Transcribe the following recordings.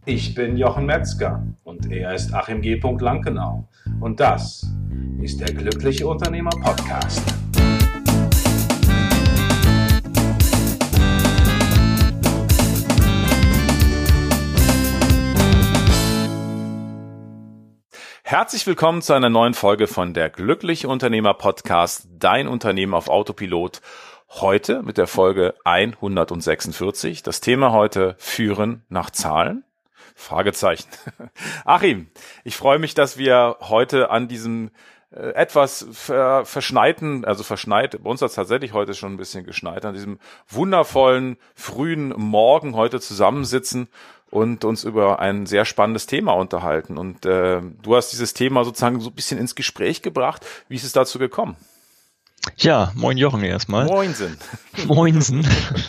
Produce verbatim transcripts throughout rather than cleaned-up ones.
Ich bin Jochen Metzger und er ist Achim G. Lankenau. Und das ist der Glückliche Unternehmer Podcast. Herzlich willkommen zu einer neuen Folge von der Glückliche Unternehmer Podcast, dein Unternehmen auf Autopilot. Heute mit der Folge hundertsechsundvierzig. Das Thema heute: Führen nach Zahlen? Fragezeichen. Achim, ich freue mich, dass wir heute an diesem äh, etwas ver- verschneiten, also verschneit, bei uns hat es tatsächlich heute schon ein bisschen geschneit, an diesem wundervollen frühen Morgen heute zusammensitzen und uns über ein sehr spannendes Thema unterhalten. Und äh, du hast dieses Thema sozusagen so ein bisschen ins Gespräch gebracht. Wie ist es dazu gekommen? Ja, moin Jochen erstmal. Moinsen. Moinsen.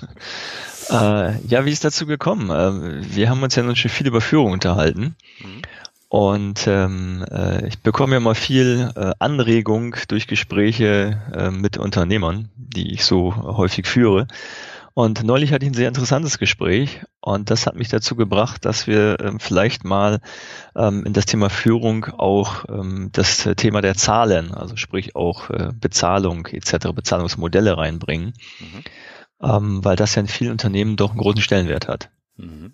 äh, ja, wie ist dazu gekommen? Äh, wir haben uns ja nun schon viel über Führung unterhalten. Mhm. Und ähm, äh, ich bekomme ja mal viel äh, Anregung durch Gespräche äh, mit Unternehmern, die ich so häufig führe. Und neulich hatte ich ein sehr interessantes Gespräch und das hat mich dazu gebracht, dass wir ähm, vielleicht mal ähm, in das Thema Führung auch ähm, das Thema der Zahlen, also sprich auch äh, Bezahlung et cetera, Bezahlungsmodelle reinbringen, mhm. ähm, weil das ja in vielen Unternehmen doch einen großen Stellenwert hat. Mhm.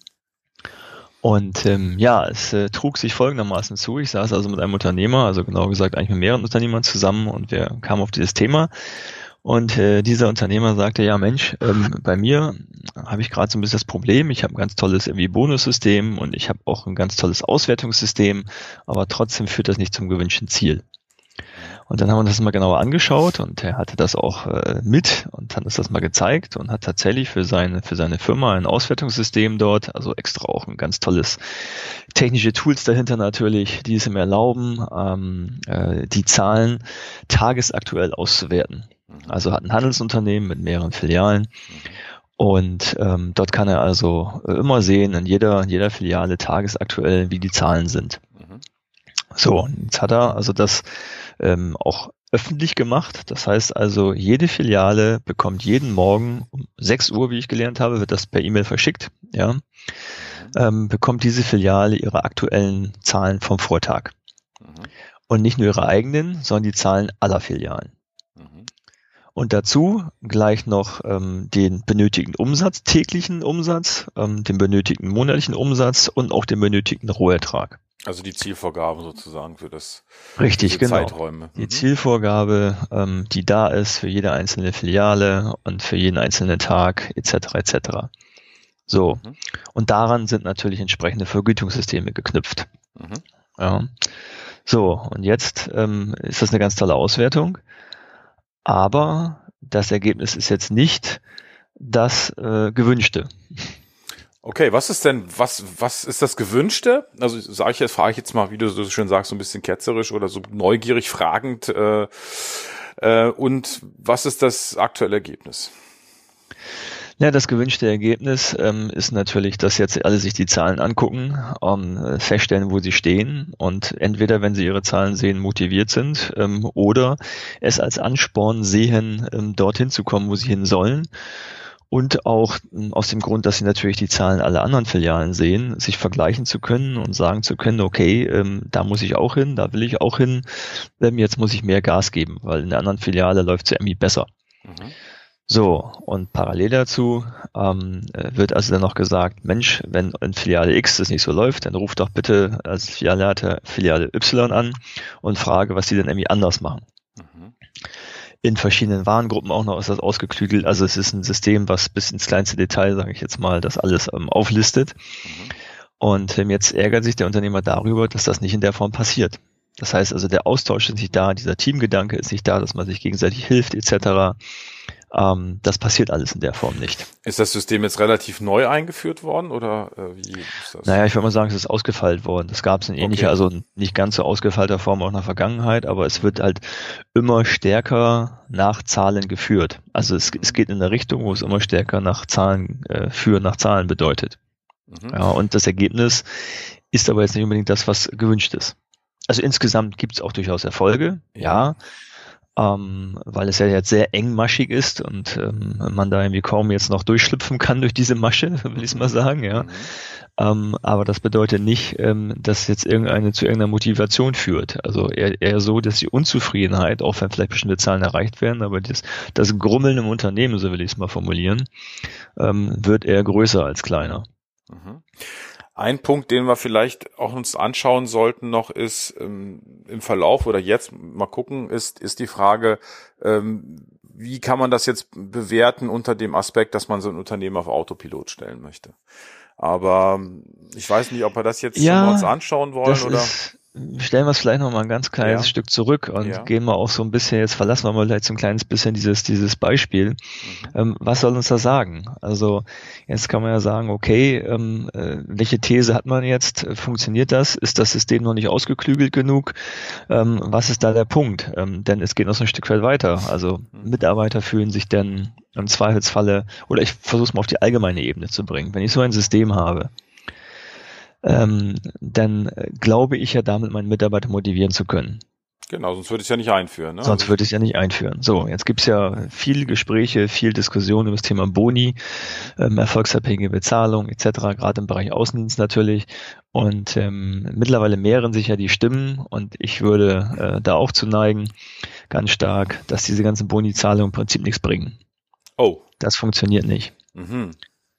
Und ähm, ja, es äh, trug sich folgendermaßen zu. Ich saß also mit einem Unternehmer, also genau gesagt eigentlich mit mehreren Unternehmern zusammen und wir kamen auf dieses Thema. Und äh, dieser Unternehmer sagte, ja Mensch, ähm, bei mir habe ich gerade so ein bisschen das Problem, ich habe ein ganz tolles irgendwie Bonussystem und ich habe auch ein ganz tolles Auswertungssystem, aber trotzdem führt das nicht zum gewünschten Ziel. Und dann haben wir uns das mal genauer angeschaut und er hatte das auch äh, mit und hat uns das mal gezeigt und hat tatsächlich für seine für seine Firma ein Auswertungssystem dort, also extra auch ein ganz tolles technische Tools dahinter natürlich, die es ihm erlauben, ähm, äh, die Zahlen tagesaktuell auszuwerten. Also hat ein Handelsunternehmen mit mehreren Filialen und ähm, dort kann er also äh, immer sehen, in jeder, in jeder Filiale tagesaktuell, wie die Zahlen sind. Mhm. So, und jetzt hat er also das ähm, auch öffentlich gemacht. Das heißt also, jede Filiale bekommt jeden Morgen um sechs Uhr, wie ich gelernt habe, wird das per E-Mail verschickt, ja, mhm. ähm, bekommt diese Filiale ihre aktuellen Zahlen vom Vortag. Mhm. Und nicht nur ihre eigenen, sondern die Zahlen aller Filialen. Und dazu gleich noch ähm, den benötigten Umsatz, täglichen Umsatz, ähm, den benötigten monatlichen Umsatz und auch den benötigten Rohertrag. Also die Zielvorgaben sozusagen für das Richtig, genau. Zeiträume. Die mhm. Zielvorgabe, ähm, die da ist für jede einzelne Filiale und für jeden einzelnen Tag et cetera et cetera. So, mhm. und daran sind natürlich entsprechende Vergütungssysteme geknüpft. Mhm. Ja. So, und jetzt ähm, ist das eine ganz tolle Auswertung. Aber das Ergebnis ist jetzt nicht das äh, Gewünschte. Okay, was ist denn, was, was ist das Gewünschte? Also sage ich jetzt, frage ich jetzt mal, wie du so schön sagst, so ein bisschen ketzerisch oder so neugierig fragend. Äh, äh, und was ist das aktuelle Ergebnis? Ja, das gewünschte Ergebnis ähm, ist natürlich, dass jetzt alle sich die Zahlen angucken, ähm, feststellen, wo sie stehen und entweder, wenn sie ihre Zahlen sehen, motiviert sind ähm, oder es als Ansporn sehen, ähm, dorthin zu kommen, wo sie hin sollen. Und auch ähm, aus dem Grund, dass sie natürlich die Zahlen aller anderen Filialen sehen, sich vergleichen zu können und sagen zu können, okay, ähm, da muss ich auch hin, da will ich auch hin, ähm, jetzt muss ich mehr Gas geben, weil in der anderen Filiale läuft es ja irgendwie besser. Mhm. So, und parallel dazu ähm, wird also dann noch gesagt, Mensch, wenn in Filiale X das nicht so läuft, dann ruf doch bitte als Filialleiter Filiale Y an und frage, was die denn irgendwie anders machen. Mhm. In verschiedenen Warengruppen auch noch ist das ausgeklügelt. Also es ist ein System, was bis ins kleinste Detail, sage ich jetzt mal, das alles ähm, auflistet. Mhm. Und ähm, jetzt ärgert sich der Unternehmer darüber, dass das nicht in der Form passiert. Das heißt also, der Austausch ist nicht da, dieser Teamgedanke ist nicht da, dass man sich gegenseitig hilft et cetera. Ähm, das passiert alles in der Form nicht. Ist das System jetzt relativ neu eingeführt worden oder äh, wie ist das? Naja, ich würde mal sagen, es ist ausgefeilt worden. Das gab es in ähnlicher, okay. also nicht ganz so ausgefeilter Form auch in der Vergangenheit, aber es wird halt immer stärker nach Zahlen geführt. Also es, es geht in eine Richtung, wo es immer stärker nach Zahlen äh, führen, nach Zahlen bedeutet. Mhm. Ja, und das Ergebnis ist aber jetzt nicht unbedingt das, was gewünscht ist. Also insgesamt gibt es auch durchaus Erfolge, ja. ja. ähm, weil es ja jetzt sehr engmaschig ist und ähm, man da irgendwie kaum jetzt noch durchschlüpfen kann durch diese Masche, will ich es mal sagen, ja. Mhm. Ähm, aber das bedeutet nicht, ähm, dass jetzt irgendeine zu irgendeiner Motivation führt. Also eher, eher so, dass die Unzufriedenheit, auch wenn vielleicht bestimmte Zahlen erreicht werden, aber das, das Grummeln im Unternehmen, so will ich es mal formulieren, ähm, wird eher größer als kleiner. Mhm. Ein Punkt, den wir vielleicht auch uns anschauen sollten noch, ist ähm, im Verlauf oder jetzt mal gucken, ist ist die Frage, ähm, wie kann man das jetzt bewerten unter dem Aspekt, dass man so ein Unternehmen auf Autopilot stellen möchte. Aber ich weiß nicht, ob wir das jetzt ja, uns anschauen wollen das oder. Ist, stellen wir es vielleicht noch mal ein ganz kleines Ja. Stück zurück und Ja. gehen wir auch so ein bisschen, jetzt verlassen wir mal vielleicht so ein kleines bisschen dieses dieses Beispiel. Mhm. Ähm, was soll uns das sagen? Also jetzt kann man ja sagen, okay, ähm, äh, welche These hat man jetzt? Funktioniert das? Ist das System noch nicht ausgeklügelt genug? Ähm, was ist da der Punkt? Ähm, denn es geht noch so ein Stück weit weiter. Also mhm. Mitarbeiter fühlen sich denn im Zweifelsfalle, oder ich versuche es mal auf die allgemeine Ebene zu bringen. Wenn ich so ein System habe, Ähm, dann äh, glaube ich ja damit, meinen Mitarbeiter motivieren zu können. Genau, sonst würde ich es ja nicht einführen. Ne? Sonst würde ich es ja nicht einführen. So, jetzt gibt es ja viele Gespräche, viel Diskussion über das Thema Boni, ähm, erfolgsabhängige Bezahlung et cetera, gerade im Bereich Außendienst natürlich. Und ähm, mittlerweile mehren sich ja die Stimmen und ich würde äh, da auch zu neigen, ganz stark, dass diese ganzen Boni-Zahlungen im Prinzip nichts bringen. Oh. Das funktioniert nicht. Mhm.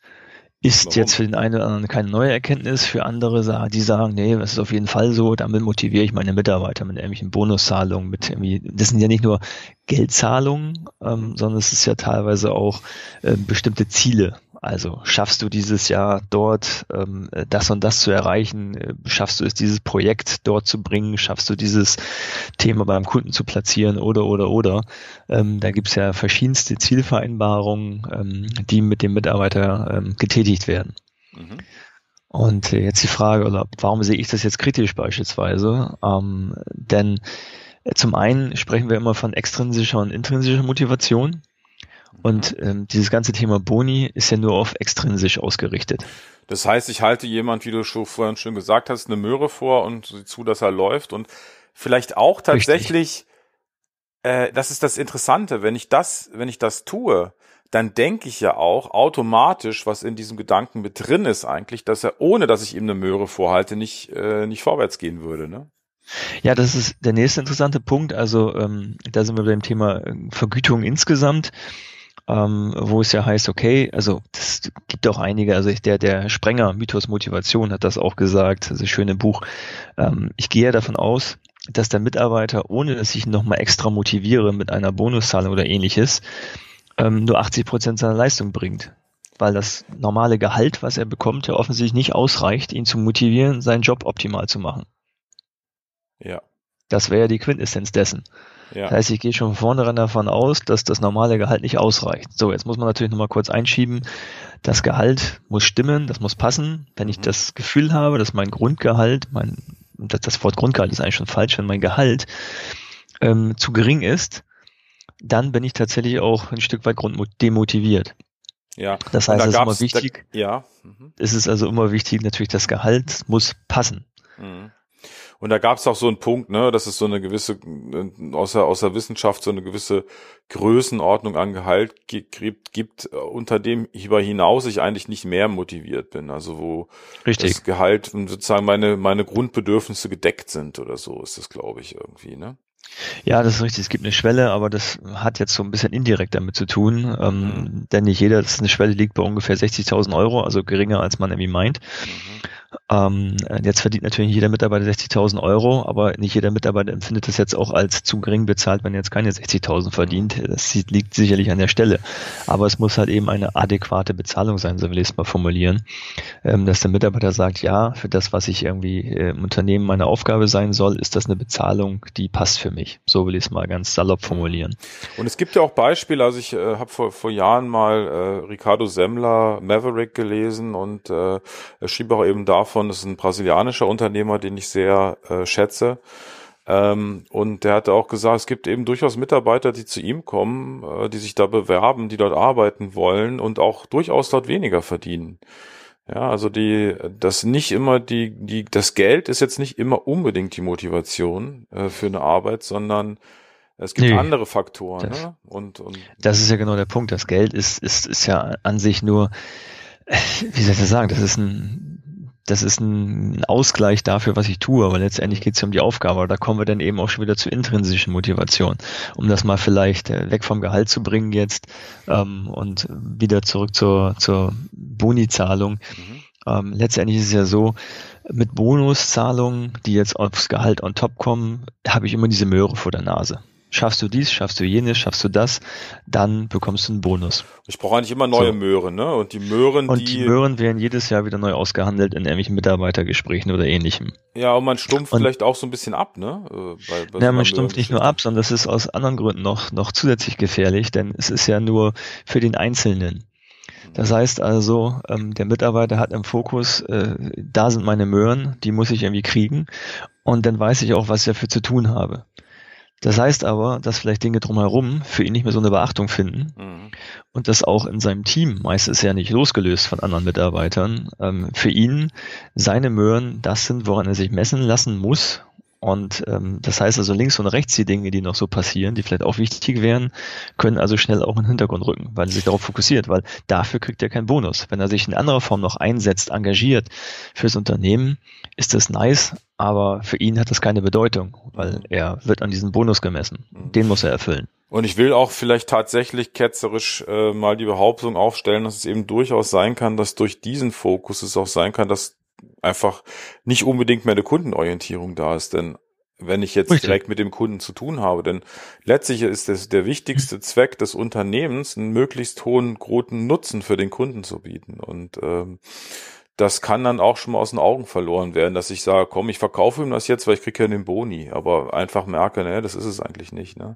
Ist Warum? Jetzt für den einen oder anderen keine neue Erkenntnis, für andere, die sagen, nee, das ist auf jeden Fall so, damit motiviere ich meine Mitarbeiter mit irgendwelchen Bonuszahlungen, mit irgendwie, das sind ja nicht nur Geldzahlungen, ähm, sondern es ist ja teilweise auch äh, bestimmte Ziele. Also schaffst du dieses Jahr dort ähm, das und das zu erreichen, äh, schaffst du es, dieses Projekt dort zu bringen, schaffst du dieses Thema beim Kunden zu platzieren oder, oder, oder. Ähm, da gibt es ja verschiedenste Zielvereinbarungen, ähm, die mit dem Mitarbeiter ähm, getätigt werden. Mhm. Und äh, jetzt die Frage, oder warum sehe ich das jetzt kritisch beispielsweise? Ähm, denn äh, zum einen sprechen wir immer von extrinsischer und intrinsischer Motivation. Und ähm, dieses ganze Thema Boni ist ja nur auf extrinsisch ausgerichtet. Das heißt, ich halte jemand, wie du schon vorhin schon gesagt hast, eine Möhre vor und sieh zu, dass er läuft. Und vielleicht auch tatsächlich, äh, das ist das Interessante, wenn ich das, wenn ich das tue, dann denke ich ja auch automatisch, was in diesem Gedanken mit drin ist eigentlich, dass er, ohne dass ich ihm eine Möhre vorhalte, nicht, äh, nicht vorwärts gehen würde, ne? Ja, das ist der nächste interessante Punkt. Also ähm, da sind wir bei dem Thema Vergütung insgesamt. Ähm, wo es ja heißt, okay, also das gibt auch einige, also ich, der der Sprenger Mythos Motivation hat das auch gesagt, das schöne Buch. Ähm, ich gehe davon aus, dass der Mitarbeiter, ohne dass ich ihn nochmal extra motiviere mit einer Bonuszahlung oder ähnliches, ähm, nur achtzig Prozent seiner Leistung bringt. Weil das normale Gehalt, was er bekommt, ja offensichtlich nicht ausreicht, ihn zu motivieren, seinen Job optimal zu machen. Ja. Das wäre ja die Quintessenz dessen. Ja. Das heißt, ich gehe schon von vornherein davon aus, dass das normale Gehalt nicht ausreicht. So, jetzt muss man natürlich nochmal kurz einschieben. Das Gehalt muss stimmen, das muss passen. Wenn ich das Gefühl habe, dass mein Grundgehalt, mein, das, das Wort Grundgehalt ist eigentlich schon falsch, wenn mein Gehalt ähm, zu gering ist, dann bin ich tatsächlich auch ein Stück weit grunddemotiviert. Ja. Das heißt, es ist immer wichtig. Da, ja. Mhm. Es ist also immer wichtig, natürlich das Gehalt muss passen. Mhm. Und da gab es auch so einen Punkt, ne, dass es so eine gewisse, aus der, aus der Wissenschaft so eine gewisse Größenordnung an Gehalt gibt, gibt, unter dem ich über hinaus ich eigentlich nicht mehr motiviert bin. Also wo Richtig. Das Gehalt und sozusagen meine, meine Grundbedürfnisse gedeckt sind oder so ist das, glaube ich, irgendwie, ne? Ja, das ist richtig. Es gibt eine Schwelle, aber das hat jetzt so ein bisschen indirekt damit zu tun, ähm, mhm. denn nicht jeder, das ist eine Schwelle, liegt bei ungefähr sechzigtausend Euro, also geringer als man irgendwie meint. Mhm. Ähm, jetzt verdient natürlich jeder Mitarbeiter sechzigtausend Euro, aber nicht jeder Mitarbeiter empfindet das jetzt auch als zu gering bezahlt, wenn er jetzt keine sechzigtausend verdient. Das liegt sicherlich an der Stelle. Aber es muss halt eben eine adäquate Bezahlung sein, so will ich es mal formulieren, ähm, dass der Mitarbeiter sagt, ja, für das, was ich irgendwie äh, im Unternehmen meine Aufgabe sein soll, ist das eine Bezahlung, die passt für mich. So will ich es mal ganz salopp formulieren. Und es gibt ja auch Beispiele, also ich äh, habe vor, vor Jahren mal äh, Ricardo Semmler, Maverick gelesen und äh, er schrieb auch eben davon, das ist ein brasilianischer Unternehmer, den ich sehr äh, schätze. Ähm, und der hatte auch gesagt, es gibt eben durchaus Mitarbeiter, die zu ihm kommen, äh, die sich da bewerben, die dort arbeiten wollen und auch durchaus dort weniger verdienen. Ja, also die, das nicht immer die, die, das Geld ist jetzt nicht immer unbedingt die Motivation äh, für eine Arbeit, sondern es gibt nee, andere Faktoren. Das, ne? Und, und das ist ja genau der Punkt. Das Geld ist, ist, ist ja an sich nur, wie soll ich das sagen, das ist ein das ist ein Ausgleich dafür, was ich tue, aber letztendlich geht es ja um die Aufgabe. Da kommen wir dann eben auch schon wieder zur intrinsischen Motivation, um das mal vielleicht weg vom Gehalt zu bringen jetzt ähm, und wieder zurück zur, zur Boni-Zahlung. Mhm. Ähm, letztendlich ist es ja so, mit Bonuszahlungen, die jetzt aufs Gehalt on top kommen, habe ich immer diese Möhre vor der Nase. Schaffst du dies, schaffst du jenes, schaffst du das, dann bekommst du einen Bonus. Ich brauche eigentlich immer neue so. Möhren, ne? Und die Möhren, und die... die Möhren werden jedes Jahr wieder neu ausgehandelt in irgendwelchen Mitarbeitergesprächen oder ähnlichem. Ja, und man stumpft und, vielleicht auch so ein bisschen ab, ne? Bei, bei ja, so man stumpft nicht nur ab, sondern das ist aus anderen Gründen noch, noch zusätzlich gefährlich, denn es ist ja nur für den Einzelnen. Das heißt also, ähm, der Mitarbeiter hat im Fokus, äh, da sind meine Möhren, die muss ich irgendwie kriegen und dann weiß ich auch, was ich dafür zu tun habe. Das heißt aber, dass vielleicht Dinge drumherum für ihn nicht mehr so eine Beachtung finden mhm. und das auch in seinem Team, meistens ja nicht losgelöst von anderen Mitarbeitern, ähm, für ihn seine Möhren das sind, woran er sich messen lassen muss. Und ähm, das heißt also links und rechts die Dinge, die noch so passieren, die vielleicht auch wichtig wären, können also schnell auch in den Hintergrund rücken, weil er sich darauf fokussiert, weil dafür kriegt er keinen Bonus. Wenn er sich in anderer Form noch einsetzt, engagiert fürs Unternehmen, ist das nice, aber für ihn hat das keine Bedeutung, weil er wird an diesen Bonus gemessen. Den muss er erfüllen. Und ich will auch vielleicht tatsächlich ketzerisch äh, mal die Behauptung aufstellen, dass es eben durchaus sein kann, dass durch diesen Fokus es auch sein kann, dass einfach nicht unbedingt mehr eine Kundenorientierung da ist, denn wenn ich jetzt Richtig. direkt mit dem Kunden zu tun habe, denn letztlich ist es der wichtigste Zweck des Unternehmens, einen möglichst hohen, großen Nutzen für den Kunden zu bieten und ähm, das kann dann auch schon mal aus den Augen verloren werden, dass ich sage, komm, ich verkaufe ihm das jetzt, weil ich kriege ja den Boni, aber einfach merke, ne, das ist es eigentlich nicht, ne.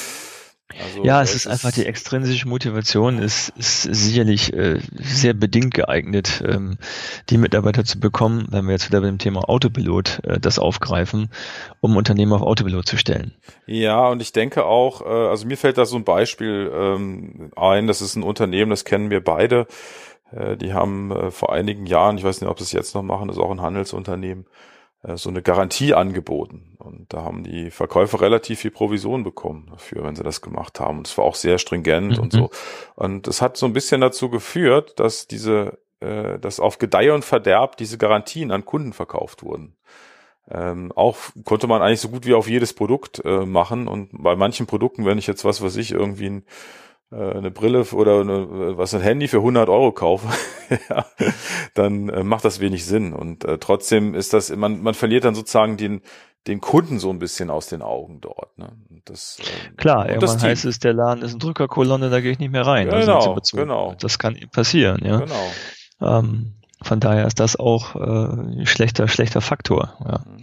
Also, ja, es ist, ist einfach die extrinsische Motivation ist, ist sicherlich äh, sehr bedingt geeignet, ähm, die Mitarbeiter zu bekommen, wenn wir jetzt wieder bei dem Thema Autopilot äh, das aufgreifen, um Unternehmen auf Autopilot zu stellen. Ja, und ich denke auch, äh, also mir fällt da so ein Beispiel ähm, ein, das ist ein Unternehmen, das kennen wir beide, äh, die haben äh, vor einigen Jahren, ich weiß nicht, ob sie es jetzt noch machen, das ist auch ein Handelsunternehmen, so eine Garantie angeboten. Und da haben die Verkäufer relativ viel Provision bekommen dafür, wenn sie das gemacht haben. Und es war auch sehr stringent mhm. und so. Und es hat so ein bisschen dazu geführt, dass diese, äh, dass auf Gedeih und Verderb diese Garantien an Kunden verkauft wurden. Ähm, auch konnte man eigentlich so gut wie auf jedes Produkt äh, machen. Und bei manchen Produkten, wenn ich jetzt was weiß ich, irgendwie ein eine Brille oder eine, was ein Handy für hundert Euro kaufe, ja, dann äh, macht das wenig Sinn. Und äh, trotzdem ist das, man, man verliert dann sozusagen den, den Kunden so ein bisschen aus den Augen dort. Ne? Das, äh, Klar, irgendwann heißt es, der Laden ist eine Drückerkolonne, da gehe ich nicht mehr rein. Genau, also genau. Das kann passieren, ja. Genau. Ähm, von daher ist das auch äh, ein schlechter, schlechter Faktor, ja. Mhm.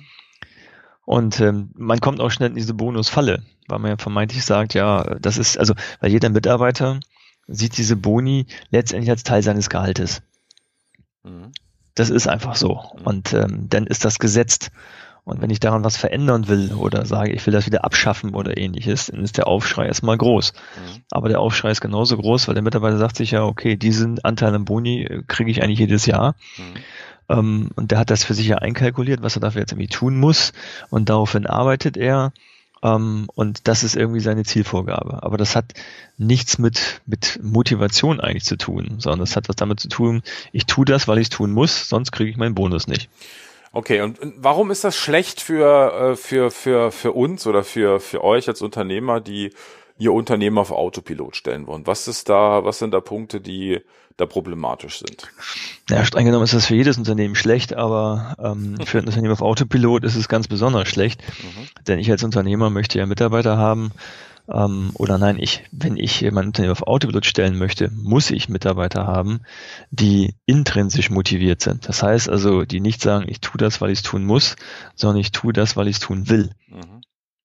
Und ähm, man kommt auch schnell in diese Bonusfalle, weil man ja vermeintlich sagt, ja, das ist, also, weil jeder Mitarbeiter sieht diese Boni letztendlich als Teil seines Gehaltes. Mhm. Das ist einfach so. Und ähm, dann ist das gesetzt. Und wenn ich daran was verändern will oder sage, ich will das wieder abschaffen oder ähnliches, dann ist der Aufschrei erstmal groß. Mhm. Aber der Aufschrei ist genauso groß, weil der Mitarbeiter sagt sich ja, okay, diesen Anteil am Boni kriege ich eigentlich jedes Jahr. Mhm. Um, und der hat das für sich ja einkalkuliert, was er dafür jetzt irgendwie tun muss. Und daraufhin arbeitet er. Um, und das ist irgendwie seine Zielvorgabe. Aber das hat nichts mit, mit Motivation eigentlich zu tun, sondern das hat was damit zu tun, ich tue das, weil ich es tun muss, sonst kriege ich meinen Bonus nicht. Okay, und warum ist das schlecht für, für, für, für uns oder für, für euch als Unternehmer, die ihr Unternehmen auf Autopilot stellen wollen? Was ist da, was sind da Punkte, die da problematisch sind? Ja, streng genommen ist das für jedes Unternehmen schlecht, aber ähm, für ein Unternehmen auf Autopilot ist es ganz besonders schlecht, mhm. denn ich als Unternehmer möchte ja Mitarbeiter haben, ähm, oder nein, ich, wenn ich mein Unternehmen auf Autopilot stellen möchte, muss ich Mitarbeiter haben, die intrinsisch motiviert sind. Das heißt also, die nicht sagen, ich tue das, weil ich es tun muss, sondern ich tue das, weil ich es tun will. Mhm.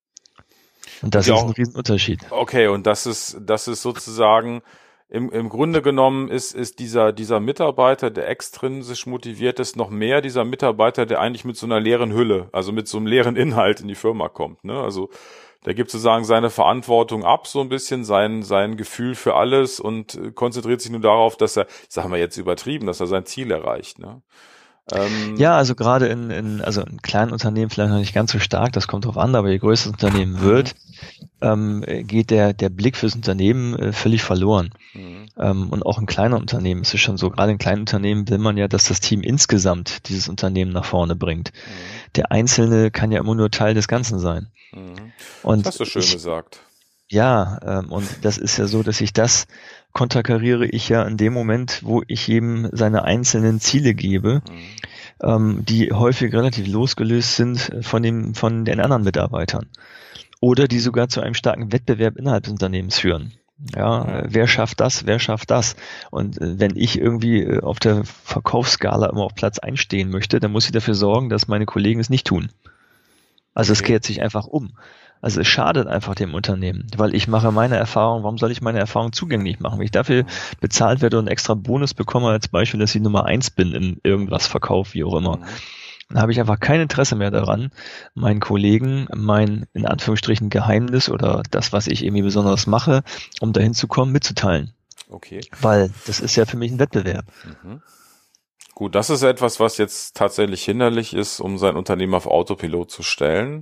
Und das ja, ist ein Riesenunterschied. Okay, und das ist, das ist sozusagen Im, im Grunde genommen ist, ist dieser, dieser Mitarbeiter, der extrinsisch motiviert ist, noch mehr dieser Mitarbeiter, der eigentlich mit so einer leeren Hülle, also mit so einem leeren Inhalt in die Firma kommt, ne? Also, der gibt sozusagen seine Verantwortung ab, so ein bisschen, sein, sein Gefühl für alles und konzentriert sich nur darauf, dass er, ich sag mal jetzt übertrieben, dass er sein Ziel erreicht, ne? Ähm, ja, also gerade in, in, also in kleinen Unternehmen vielleicht noch nicht ganz so stark, das kommt drauf an, aber je größer das Unternehmen wird, ähm, geht der, der Blick fürs Unternehmen äh, völlig verloren. Mhm. Ähm, und auch in kleinen Unternehmen ist es schon so, gerade in kleinen Unternehmen will man ja, dass das Team insgesamt dieses Unternehmen nach vorne bringt. Mhm. Der Einzelne kann ja immer nur Teil des Ganzen sein. Mhm. Und Das hast du schön ich, gesagt. ja, ähm, und das ist ja so, dass ich das konterkariere ich ja in dem Moment, wo ich jedem seine einzelnen Ziele gebe, Mhm. ähm, die häufig relativ losgelöst sind von dem, von den anderen Mitarbeitern. Oder die sogar zu einem starken Wettbewerb innerhalb des Unternehmens führen. Ja, Ja. äh, wer schafft das, wer schafft das? Und äh, wenn ich irgendwie äh, auf der Verkaufsskala immer auf Platz eins stehen möchte, dann muss ich dafür sorgen, dass meine Kollegen es nicht tun. Also es Okay. kehrt sich einfach um. Also es schadet einfach dem Unternehmen, weil ich mache meine Erfahrung, warum soll ich meine Erfahrung zugänglich machen? Wenn ich dafür bezahlt werde und einen extra Bonus bekomme, als Beispiel, dass ich Nummer eins bin in irgendwas Verkauf, wie auch immer, Mhm. dann habe ich einfach kein Interesse mehr daran, meinen Kollegen mein, in Anführungsstrichen, Geheimnis oder das, was ich irgendwie besonders mache, um dahin zu kommen, mitzuteilen. Okay. Weil das ist ja für mich ein Wettbewerb. Mhm. Gut, das ist etwas, was jetzt tatsächlich hinderlich ist, um sein Unternehmen auf Autopilot zu stellen.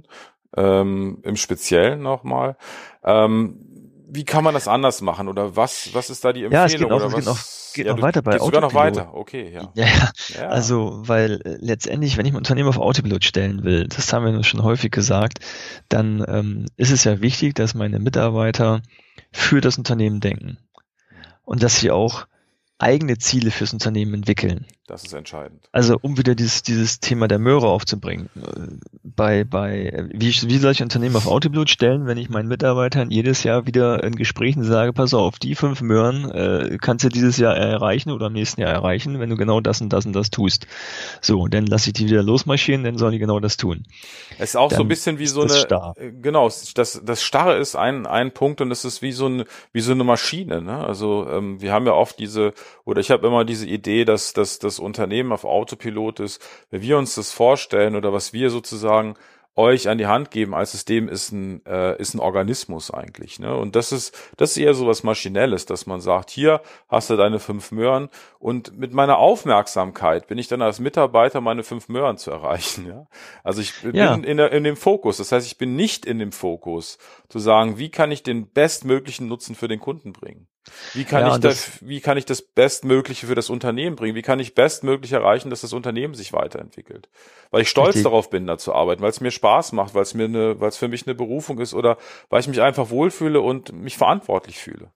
Ähm, im Speziellen nochmal. Ähm, wie kann man das anders machen? Oder was, was ist da die Ja, es geht Empfehlung? noch, Oder es geht noch, was? geht Ja, noch du weiter bei gehst sogar noch Autopilot. weiter. Okay, ja. Ja, ja, Ja. also, weil äh, letztendlich, wenn ich ein Unternehmen auf Autopilot stellen will, das haben wir nun schon häufig gesagt, dann ähm, ist es ja wichtig, dass meine Mitarbeiter für das Unternehmen denken und dass sie auch eigene Ziele fürs Unternehmen entwickeln. Das ist entscheidend. Also um wieder dieses, dieses Thema der Möhre aufzubringen. äh, Bei, bei, wie, wie soll ich Unternehmen auf Autopilot stellen, wenn ich meinen Mitarbeitern jedes Jahr wieder in Gesprächen sage, pass auf, die fünf Möhren äh, kannst du dieses Jahr erreichen oder im nächsten Jahr erreichen, wenn du genau das und das und das tust. So, dann lasse ich die wieder losmarschieren, dann sollen die genau das tun. Es ist auch Dann so ein bisschen wie ist so das eine, starr. äh, genau, das, das Starre ist ein, ein Punkt und es ist wie so ein, wie so eine Maschine, ne? Also, ähm, wir haben ja oft diese, oder ich habe immer diese Idee, dass, dass das Unternehmen auf Autopilot ist, wenn wir uns das vorstellen oder was wir sozusagen euch an die Hand geben als System ist ein äh, ist ein Organismus eigentlich, ne? Und das ist das ist eher so was Maschinelles, dass man sagt, hier hast du deine fünf Möhren und mit meiner Aufmerksamkeit bin ich dann als Mitarbeiter meine fünf Möhren zu erreichen, ja? Also ich bin Ja. in der in dem Fokus, das heißt, ich bin nicht in dem Fokus zu sagen, wie kann ich den bestmöglichen Nutzen für den Kunden bringen? Wie kann Ja, ich und das, das, wie kann ich das Bestmögliche für das Unternehmen bringen? Wie kann ich bestmöglich erreichen, dass das Unternehmen sich weiterentwickelt? Weil ich stolz richtig. darauf bin, da zu arbeiten, weil es mir Spaß macht, weil es mir eine, weil es für mich eine Berufung ist oder weil ich mich einfach wohlfühle und mich verantwortlich fühle.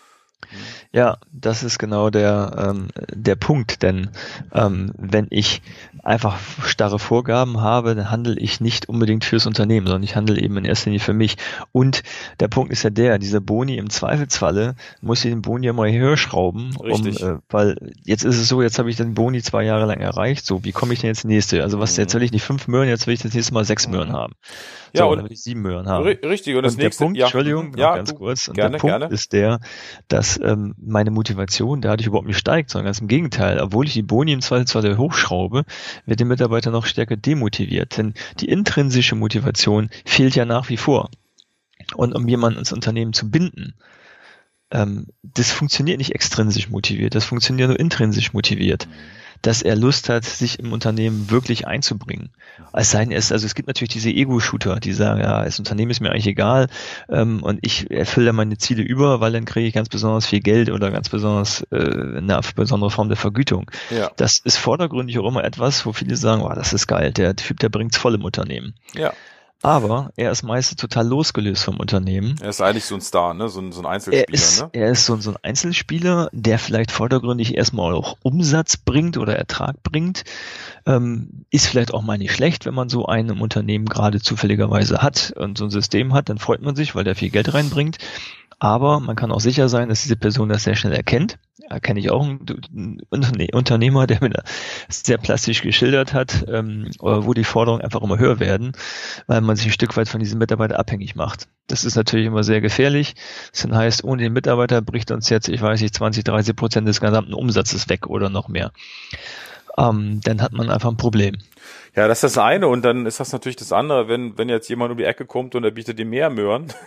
Ja, das ist genau der, ähm, der Punkt, denn ähm, wenn ich einfach starre Vorgaben habe, dann handle ich nicht unbedingt fürs Unternehmen, sondern ich handle eben in erster Linie für mich. Und der Punkt ist ja der, dieser Boni im Zweifelsfalle muss ich den Boni ja mal höher schrauben, um, Richtig. äh, weil jetzt ist es so, jetzt habe ich den Boni zwei Jahre lang erreicht, so, wie komme ich denn jetzt nächste? Also was, jetzt will ich nicht fünf Möhren, jetzt will ich das nächste Mal sechs Möhren haben. Ja, So, und dann will ich sieben Möhren haben. ri- richtig. Und das Und der nächste, Punkt, ja, Entschuldigung, mhm, noch ja, ganz du, kurz, und gerne, der Punkt gerne. ist der, dass ähm, meine Motivation dadurch überhaupt nicht steigt, sondern ganz im Gegenteil. Obwohl ich die Boni im Zweifelsfall hochschraube, wird der Mitarbeiter noch stärker demotiviert. Denn die intrinsische Motivation fehlt ja nach wie vor. Und um jemanden ins Unternehmen zu binden, ähm, das funktioniert nicht extrinsisch motiviert, das funktioniert nur intrinsisch motiviert. Dass er Lust hat, sich im Unternehmen wirklich einzubringen. Es sei denn, es, also es gibt natürlich diese Ego-Shooter, die sagen, ja, das Unternehmen ist mir eigentlich egal ähm, und ich erfülle da meine Ziele über, weil dann kriege ich ganz besonders viel Geld oder ganz besonders äh, eine besondere Form der Vergütung. Ja, Das ist vordergründig auch immer etwas, wo viele sagen, oh, das ist geil, der Typ, der bringt's voll im Unternehmen. ja. Aber er ist meistens total losgelöst vom Unternehmen. Er ist eigentlich so ein Star, ne? So ein, so ein Er Einzelspieler, ist, ne? er ist so, so ein Einzelspieler, der vielleicht vordergründig erstmal auch Umsatz bringt oder Ertrag bringt. Ähm, ist vielleicht auch mal nicht schlecht, wenn man so einen im Unternehmen gerade zufälligerweise hat und so ein System hat, dann freut man sich, weil der viel Geld reinbringt. Aber man kann auch sicher sein, dass diese Person das sehr schnell erkennt. Da kenne ich auch einen Unternehmer, der mir das sehr plastisch geschildert hat, ähm, wo die Forderungen einfach immer höher werden, weil man sich ein Stück weit von diesem Mitarbeiter abhängig macht. Das ist natürlich immer sehr gefährlich. Das dann heißt, ohne den Mitarbeiter bricht uns jetzt, ich weiß nicht, zwanzig, dreißig Prozent des gesamten Umsatzes weg oder noch mehr. Ähm, dann hat man einfach ein Problem. Ja, das ist das eine und dann ist das natürlich das andere, wenn wenn jetzt jemand um die Ecke kommt und er bietet dir mehr Möhren,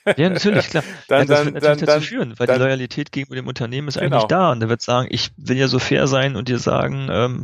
Ja, natürlich, klar. dann, Ja, das dann, wird natürlich dann, dazu dann, führen, weil dann, die Loyalität gegenüber dem Unternehmen ist eigentlich genau. nicht da. Und der wird sagen, ich will ja so fair sein und dir sagen, ähm,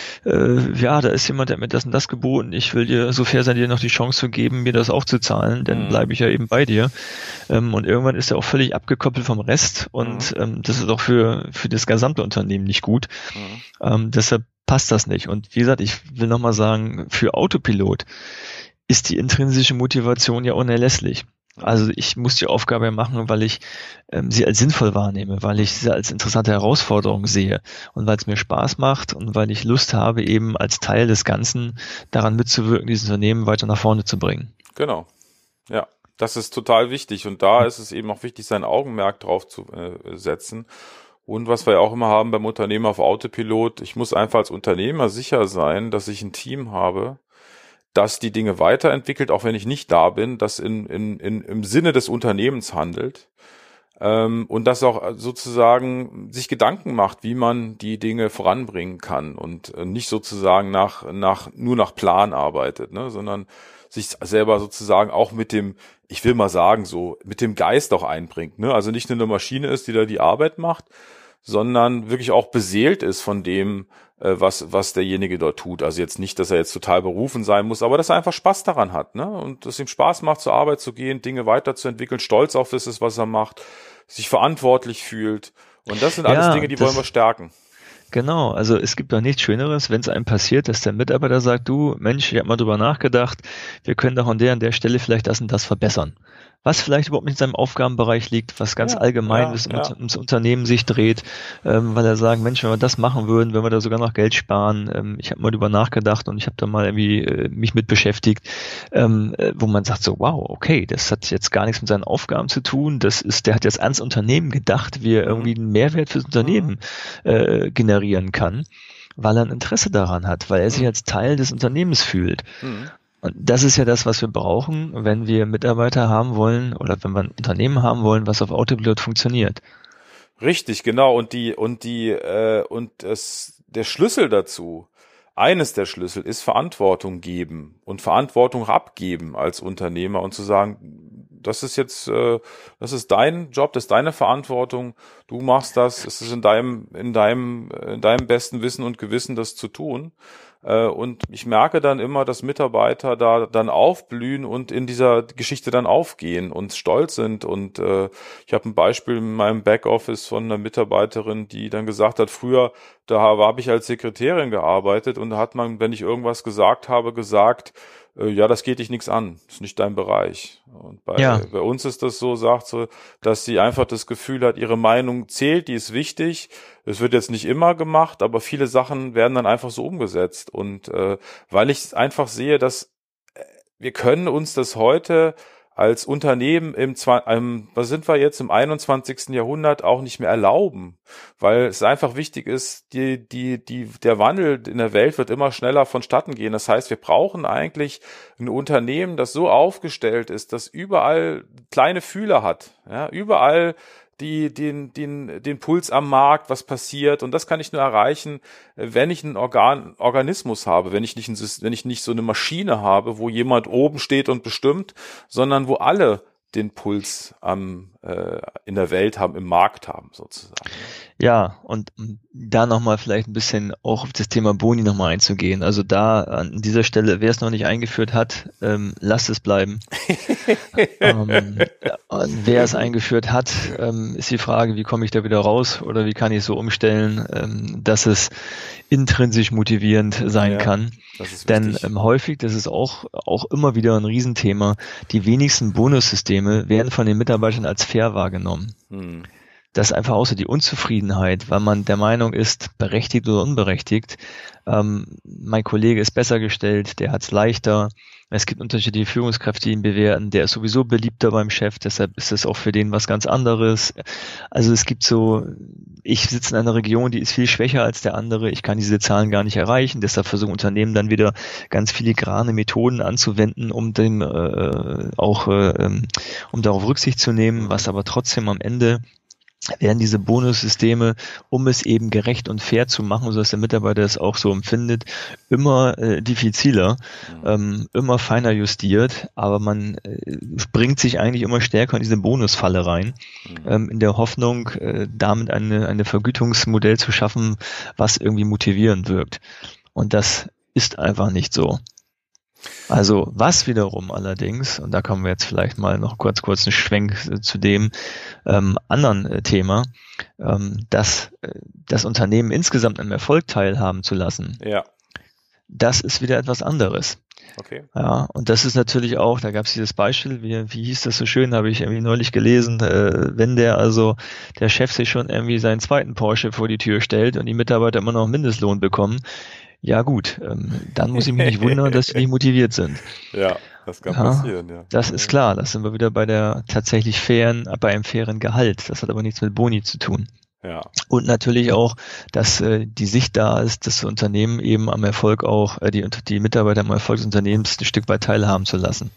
äh, ja, da ist jemand, der hat mir das und das geboten. Ich will dir so fair sein, dir noch die Chance zu geben, mir das auch zu zahlen. Dann Mhm. bleibe ich ja eben bei dir. Ähm, und irgendwann ist er auch völlig abgekoppelt vom Rest. Und Mhm. ähm, das ist auch für für das gesamte Unternehmen nicht gut. Mhm. Ähm, deshalb passt das nicht. Und wie gesagt, ich will nochmal sagen, für Autopilot ist die intrinsische Motivation ja unerlässlich. Also ich muss die Aufgabe machen, weil ich ähm, sie als sinnvoll wahrnehme, weil ich sie als interessante Herausforderung sehe und weil es mir Spaß macht und weil ich Lust habe, eben als Teil des Ganzen daran mitzuwirken, dieses Unternehmen weiter nach vorne zu bringen. Genau. Ja, das ist total wichtig. Und da ist es eben auch wichtig, sein Augenmerk drauf zu äh, setzen. Und was wir ja auch immer haben beim Unternehmen auf Autopilot, ich muss einfach als Unternehmer sicher sein, dass ich ein Team habe, das die Dinge weiterentwickelt, auch wenn ich nicht da bin, das in, in, in, im Sinne des Unternehmens handelt, ähm, und das auch sozusagen sich Gedanken macht, wie man die Dinge voranbringen kann und äh, nicht sozusagen nach, nach, nur nach Plan arbeitet, ne, sondern sich selber sozusagen auch mit dem, ich will mal sagen, so mit dem Geist auch einbringt, ne, also nicht nur eine Maschine ist, die da die Arbeit macht, sondern wirklich auch beseelt ist von dem, äh, was was derjenige dort tut. Also jetzt nicht, dass er jetzt total berufen sein muss, aber dass er einfach Spaß daran hat, ne? Und dass ihm Spaß macht, zur Arbeit zu gehen, Dinge weiterzuentwickeln, stolz auf das ist, was er macht, sich verantwortlich fühlt. Und das sind alles Ja, Dinge, die das, wollen wir stärken. genau. Also es gibt doch nichts Schöneres, wenn es einem passiert, dass der Mitarbeiter sagt, du, Mensch, ich habe mal drüber nachgedacht, wir können doch an der an der Stelle vielleicht das und das verbessern. Was vielleicht überhaupt nicht in seinem Aufgabenbereich liegt, was ganz Ja, allgemein ja, ums ja. ums Unternehmen sich dreht, ähm, weil er sagt, Mensch, wenn wir das machen würden, wenn wir da sogar noch Geld sparen, ähm, ich habe mal drüber nachgedacht und ich habe da mal irgendwie äh, mich mit beschäftigt, ähm, äh, wo man sagt so, wow, okay, das hat jetzt gar nichts mit seinen Aufgaben zu tun, das ist, der hat jetzt ans Unternehmen gedacht, wie er Mhm. irgendwie einen Mehrwert fürs Unternehmen äh, generieren kann, weil er ein Interesse daran hat, weil er sich Mhm. als Teil des Unternehmens fühlt. Mhm. Und das ist ja das, was wir brauchen, wenn wir Mitarbeiter haben wollen oder wenn wir ein Unternehmen haben wollen, was auf Autopilot funktioniert. Richtig, genau. Und die, und die, äh, und das, der Schlüssel dazu, eines der Schlüssel ist Verantwortung geben und Verantwortung abgeben als Unternehmer und zu sagen, das ist jetzt, äh, das ist dein Job, das ist deine Verantwortung, du machst das, es ist in deinem, in deinem, in deinem besten Wissen und Gewissen, das zu tun. Und ich merke dann immer, dass Mitarbeiter da dann aufblühen und in dieser Geschichte dann aufgehen und stolz sind. Und äh, ich habe ein Beispiel in meinem Backoffice von einer Mitarbeiterin, die dann gesagt hat, früher, da habe ich als Sekretärin gearbeitet und da hat man, wenn ich irgendwas gesagt habe, gesagt, äh, ja, das geht dich nichts an, das ist nicht dein Bereich. Und bei, Ja. bei uns ist das so, sagt so, dass sie einfach das Gefühl hat, ihre Meinung zählt, die ist wichtig. Es wird jetzt nicht immer gemacht, aber viele Sachen werden dann einfach so umgesetzt. Und äh, weil ich einfach sehe, dass äh, wir können uns das heute als Unternehmen im, im, was sind wir jetzt, im einundzwanzigsten Jahrhundert auch nicht mehr erlauben, weil es einfach wichtig ist, die, die, die, der Wandel in der Welt wird immer schneller vonstatten gehen. Das heißt, wir brauchen eigentlich ein Unternehmen, das so aufgestellt ist, dass überall kleine Fühler hat, ja, überall die, den, den, den Puls am Markt, was passiert. Und das kann ich nur erreichen, wenn ich einen Organ, Organismus habe, wenn ich nicht ein, wenn ich nicht so eine Maschine habe, wo jemand oben steht und bestimmt, sondern wo alle den Puls am, äh, in der Welt haben, im Markt haben, sozusagen. Ja, und da nochmal vielleicht ein bisschen auch auf das Thema Boni nochmal einzugehen. Also da an dieser Stelle, wer es noch nicht eingeführt hat, ähm, lasst es bleiben. ähm, und wer es eingeführt hat, ähm, ist die Frage, wie komme ich da wieder raus oder wie kann ich es so umstellen, ähm, dass es intrinsisch motivierend sein Ja, kann. das ist Denn wichtig. ähm, häufig, das ist auch, auch immer wieder ein Riesenthema, die wenigsten Bonussysteme werden von den Mitarbeitern als fair wahrgenommen. Hm. Das ist einfach auch so die Unzufriedenheit, weil man der Meinung ist, berechtigt oder unberechtigt, ähm, mein Kollege ist besser gestellt, der hat es leichter. Es gibt unterschiedliche Führungskräfte, die ihn bewerten, der ist sowieso beliebter beim Chef, deshalb ist es auch für den was ganz anderes. Also es gibt so, ich sitze in einer Region, die ist viel schwächer als der andere, ich kann diese Zahlen gar nicht erreichen, deshalb versuchen Unternehmen dann wieder ganz filigrane Methoden anzuwenden, um dem äh, auch äh, um darauf Rücksicht zu nehmen, was aber trotzdem am Ende werden diese Bonussysteme, um es eben gerecht und fair zu machen, sodass der Mitarbeiter es auch so empfindet, immer äh, diffiziler, mhm. ähm, immer feiner justiert, aber man äh, bringt sich eigentlich immer stärker in diese Bonusfalle rein, mhm. ähm, in der Hoffnung, äh, damit eine, eine Vergütungsmodell zu schaffen, was irgendwie motivierend wirkt. Und das ist einfach nicht so. Also was wiederum allerdings, und da kommen wir jetzt vielleicht mal noch kurz kurz einen Schwenk äh, zu dem ähm, anderen äh, Thema, ähm, dass äh, das Unternehmen insgesamt am Erfolg teilhaben zu lassen, ja. das ist wieder etwas anderes. Okay. Ja, und das ist natürlich auch, da gab es dieses Beispiel, wie, wie hieß das so schön, habe ich irgendwie neulich gelesen, äh, wenn der also, der Chef sich schon irgendwie seinen zweiten Porsche vor die Tür stellt und die Mitarbeiter immer noch einen Mindestlohn bekommen, ja gut, ähm, dann muss ich mich nicht wundern, dass sie nicht motiviert sind. Ja, das kann ja, passieren, ja. Das ist klar, das sind wir wieder bei der tatsächlich fairen, bei einem fairen Gehalt. Das hat aber nichts mit Boni zu tun. Ja. Und natürlich auch, dass äh, die Sicht da ist, das Unternehmen eben am Erfolg auch, äh, die, die Mitarbeiter am Erfolg des Unternehmens ein Stück weit teilhaben zu lassen.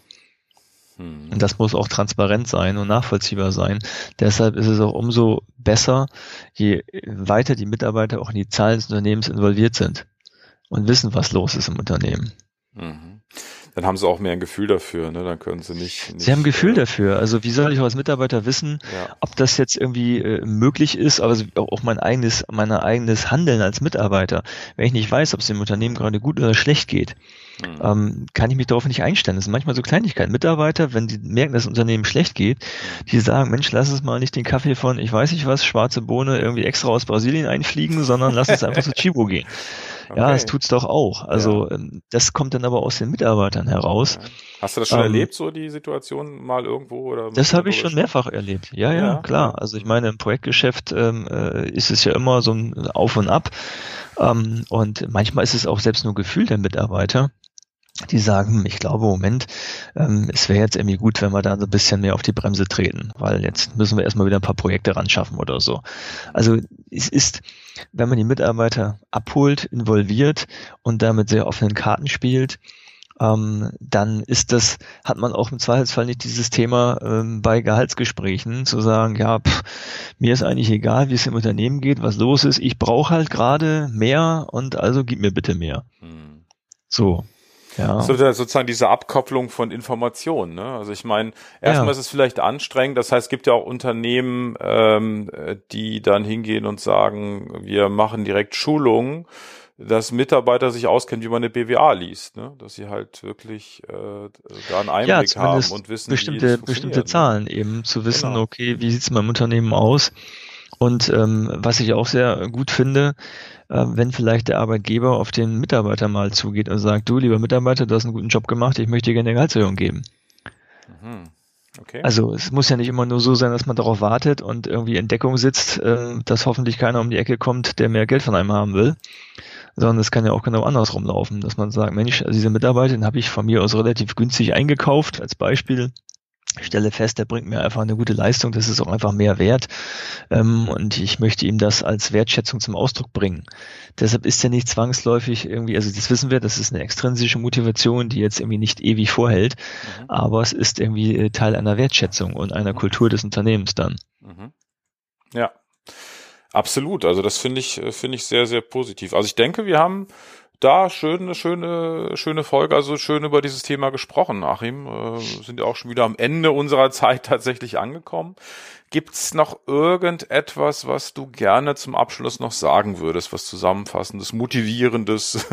Hm. Und das muss auch transparent sein und nachvollziehbar sein. Deshalb ist es auch umso besser, je weiter die Mitarbeiter auch in die Zahlen des Unternehmens involviert sind und wissen, was los ist im Unternehmen. Mhm. Dann haben sie auch mehr ein Gefühl dafür, ne? Dann können sie nicht, nicht Sie haben ein Gefühl äh, dafür. Also wie soll ich als Mitarbeiter wissen, ja. ob das jetzt irgendwie äh, möglich ist, aber auch mein eigenes, mein eigenes Handeln als Mitarbeiter. Wenn ich nicht weiß, ob es dem Unternehmen gerade gut oder schlecht geht, mhm. ähm, kann ich mich darauf nicht einstellen. Das sind manchmal so Kleinigkeiten. Mitarbeiter, wenn die merken, dass das Unternehmen schlecht geht, die sagen, Mensch, lass uns mal nicht den Kaffee von, ich weiß nicht was, schwarze Bohne irgendwie extra aus Brasilien einfliegen, sondern lass uns einfach zu Chibo gehen. Okay. Ja, das tut's doch auch. Also ja. das kommt dann aber aus den Mitarbeitern heraus. Ja. Hast du das schon ähm, erlebt, so die Situation mal irgendwo? Oder das habe ich schon mehrfach erlebt. Ja, ja, ja klar. Ja. Also ich meine, im Projektgeschäft ähm, äh, ist es ja immer so ein Auf und Ab. Ähm, und manchmal ist es auch selbst nur Gefühl der Mitarbeiter, die sagen, ich glaube, Moment, ähm, es wäre jetzt irgendwie gut, wenn wir da so ein bisschen mehr auf die Bremse treten, weil jetzt müssen wir erstmal wieder ein paar Projekte ran schaffen oder so. Also es ist, wenn man die Mitarbeiter abholt, involviert und damit sehr offenen Karten spielt, ähm, dann ist das, hat man auch im Zweifelsfall nicht dieses Thema ähm, bei Gehaltsgesprächen zu sagen, ja, pff, mir ist eigentlich egal, wie es im Unternehmen geht, was los ist, ich brauche halt gerade mehr und also gib mir bitte mehr. Hm. So. Ja. So, sozusagen diese Abkopplung von Informationen. Ne? Also ich meine, erstmal ja. ist es vielleicht anstrengend. Das heißt, es gibt ja auch Unternehmen, ähm, die dann hingehen und sagen, wir machen direkt Schulungen, dass Mitarbeiter sich auskennen, wie man eine B W A liest. Ne? Dass sie halt wirklich äh, da einen Einblick ja, haben und wissen, bestimmte, wie das bestimmte Zahlen ne? eben zu wissen, genau. okay, wie sieht es in meinem Unternehmen aus? Und ähm, was ich auch sehr gut finde, äh, wenn vielleicht der Arbeitgeber auf den Mitarbeiter mal zugeht und sagt, du, lieber Mitarbeiter, du hast einen guten Job gemacht, ich möchte dir gerne eine Gehaltserhöhung geben. Mhm. Okay. Also es muss ja nicht immer nur so sein, dass man darauf wartet und irgendwie in Deckung sitzt, äh, dass hoffentlich keiner um die Ecke kommt, der mehr Geld von einem haben will, sondern es kann ja auch genau andersrum laufen, dass man sagt, Mensch, also diese Mitarbeiter, den habe ich von mir aus relativ günstig eingekauft, als Beispiel. Ich stelle fest, der bringt mir einfach eine gute Leistung, das ist auch einfach mehr wert ähm, und ich möchte ihm das als Wertschätzung zum Ausdruck bringen. Deshalb ist er nicht zwangsläufig irgendwie, also das wissen wir, das ist eine extrinsische Motivation, die jetzt irgendwie nicht ewig vorhält, mhm. aber es ist irgendwie Teil einer Wertschätzung und einer mhm. Kultur des Unternehmens dann. Mhm. Ja, absolut, also das finde ich, finde ich sehr, sehr positiv. Also ich denke, wir haben da schön, eine schöne, schöne Folge, also schön über dieses Thema gesprochen, Achim. Äh, sind ja auch schon wieder am Ende unserer Zeit tatsächlich angekommen. Gibt's noch irgendetwas, was du gerne zum Abschluss noch sagen würdest, was Zusammenfassendes, Motivierendes?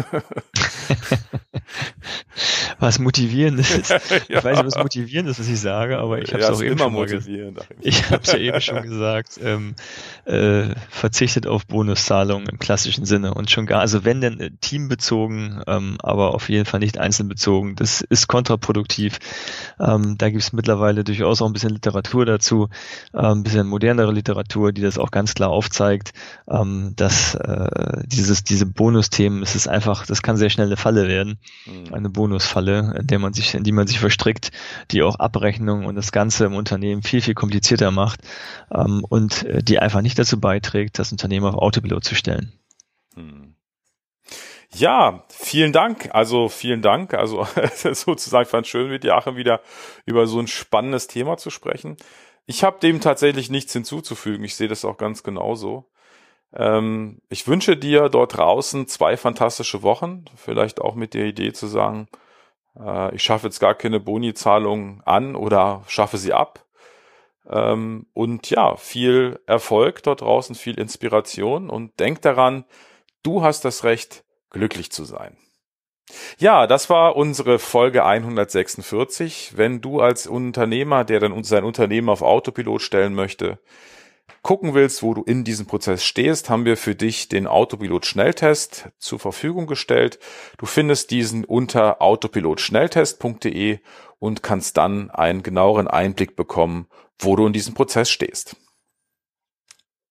Was Motivierendes ist. Ich ja. weiß nicht, was Motivierendes ist, was ich sage, aber ich habe es ja, auch eben schon mal gesagt. Ich habe es ja eben schon gesagt, ähm, äh, verzichtet auf Bonuszahlungen im klassischen Sinne und schon gar, also wenn denn äh, teambezogen, ähm, aber auf jeden Fall nicht einzelbezogen. Das ist kontraproduktiv. Ähm, da gibt es mittlerweile durchaus auch ein bisschen Literatur dazu, äh, ein bisschen modernere Literatur, die das auch ganz klar aufzeigt, ähm, dass äh, dieses diese Bonusthemen, es ist einfach, das kann sehr schnell eine Falle werden, mhm. eine Bonusfalle, in der man sich, in die man sich verstrickt, die auch Abrechnung und das Ganze im Unternehmen viel, viel komplizierter macht ähm, und äh, die einfach nicht dazu beiträgt, das Unternehmen auf Autopilot zu stellen. Mhm. Ja, vielen Dank. Also vielen Dank. Also sozusagen, ich fand es schön, mit dir, Achim, wieder über so ein spannendes Thema zu sprechen. Ich habe dem tatsächlich nichts hinzuzufügen. Ich sehe das auch ganz genauso. Ähm, ich wünsche dir dort draußen zwei fantastische Wochen. Vielleicht auch mit der Idee zu sagen, äh, ich schaffe jetzt gar keine Boni-Zahlung an oder schaffe sie ab. Ähm, und ja, viel Erfolg dort draußen, viel Inspiration und denk daran, du hast das Recht, glücklich zu sein. Ja, das war unsere Folge hundertsechsundvierzig. Wenn du als Unternehmer, der dann sein Unternehmen auf Autopilot stellen möchte, gucken willst, wo du in diesem Prozess stehst, haben wir für dich den Autopilot-Schnelltest zur Verfügung gestellt. Du findest diesen unter autopilot schnelltest punkt de und kannst dann einen genaueren Einblick bekommen, wo du in diesem Prozess stehst.